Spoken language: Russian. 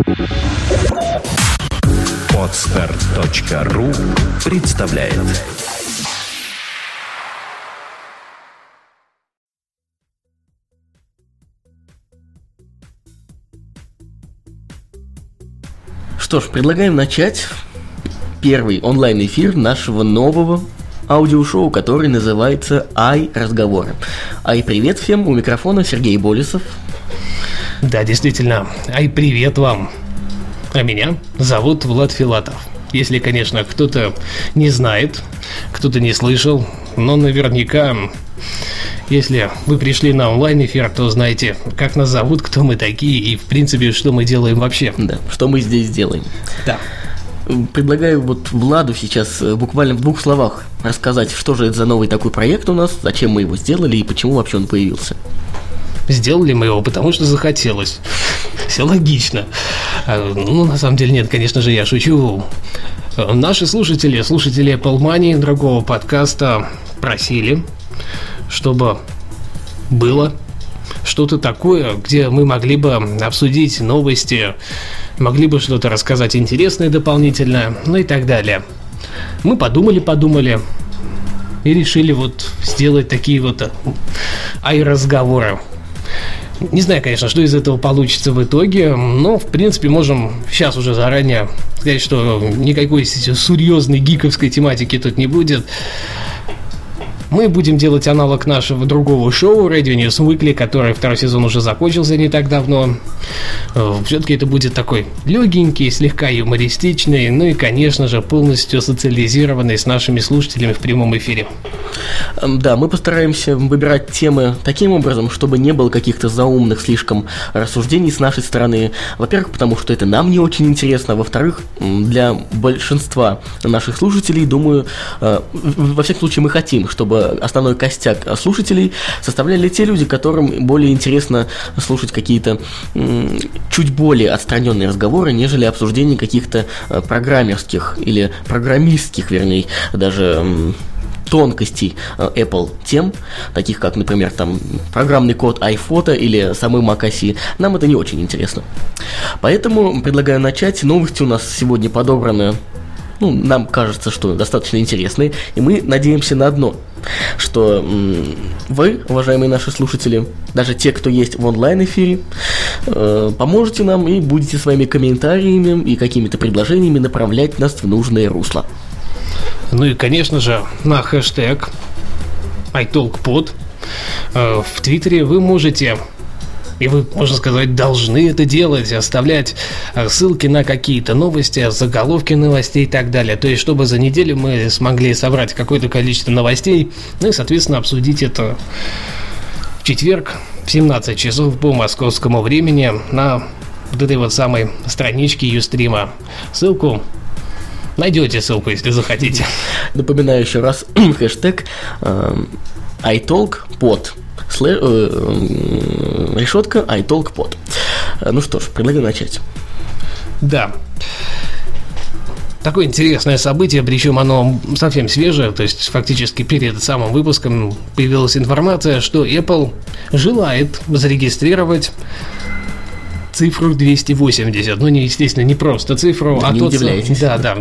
Podster.ru представляет. Что ж, предлагаем начать первый онлайн-эфир нашего нового аудиошоу, который называется «Ай-разговоры». Ай-привет всем, у микрофона Сергей Болесов. Да, действительно, ай-привет вам. А меня зовут Влад Филатов. Если, конечно, кто-то не знает, кто-то не слышал, но наверняка, если вы пришли на онлайн-эфир, то знаете, как нас зовут, кто мы такие и, в принципе, что мы делаем вообще. Да, что мы здесь делаем. Да. Предлагаю вот Владу сейчас буквально в 2 словах рассказать, что же это за новый такой проект у нас, зачем мы его сделали и почему вообще он появился. Сделали мы его, потому что захотелось. Все логично. Ну, на самом деле, нет, конечно же, я шучу. Наши слушатели Apple Money, другого подкаста, просили, чтобы было что-то такое, где мы могли бы обсудить новости, могли бы что-то рассказать интересное дополнительное, ну и так далее. Мы подумали и решили вот сделать такие вот ай-разговоры. Не знаю, конечно, что из этого получится в итоге, но, в принципе, можем сейчас уже заранее сказать, что никакой серьезной гиковской тематики тут не будет. Мы будем делать аналог нашего другого шоу Radio News Weekly, который 2-й сезон уже закончился не так давно. Все-таки это будет такой легенький, слегка юмористичный, ну и, конечно же, полностью социализированный с нашими слушателями в прямом эфире. Да, мы постараемся выбирать темы таким образом, чтобы не было каких-то заумных слишком рассуждений с нашей стороны. Во-первых, потому что это нам не очень интересно. Во-вторых, для большинства наших слушателей, думаю, во всяком случае мы хотим, чтобы основной костяк слушателей составляли те люди, которым более интересно слушать какие-то чуть более отстраненные разговоры, нежели обсуждение каких-то программерских или программистских, вернее, даже тонкостей Apple тем, таких как, например, там программный код iPhoto или самой macOS. Нам это не очень интересно. Поэтому предлагаю начать. Новости у нас сегодня подобраны, нам кажется, что достаточно интересные, и мы надеемся на одно, что вы, уважаемые наши слушатели, даже те, кто есть в онлайн-эфире, поможете нам и будете своими комментариями и какими-то предложениями направлять нас в нужное русло. Ну и, конечно же, на хэштег iTalkPod в Твиттере вы можете, и вы, можно сказать, должны это делать, оставлять ссылки на какие-то новости, заголовки новостей и так далее. То есть, чтобы за неделю мы смогли собрать какое-то количество новостей, ну и, соответственно, обсудить это в четверг в 17 часов по московскому времени на вот этой вот самой страничке Юстрима. Найдете ссылку, если захотите. Напоминаю еще раз, хэштег iTalkPod. Решетка iTalkPod. Ну что ж, предлагаю начать. Да. Такое интересное событие, причем оно совсем свежее, то есть фактически перед самым выпуском появилась информация, что Apple желает зарегистрировать цифру 280. Ну, естественно, не просто цифру, да, а не тот... удивляйтесь. Да.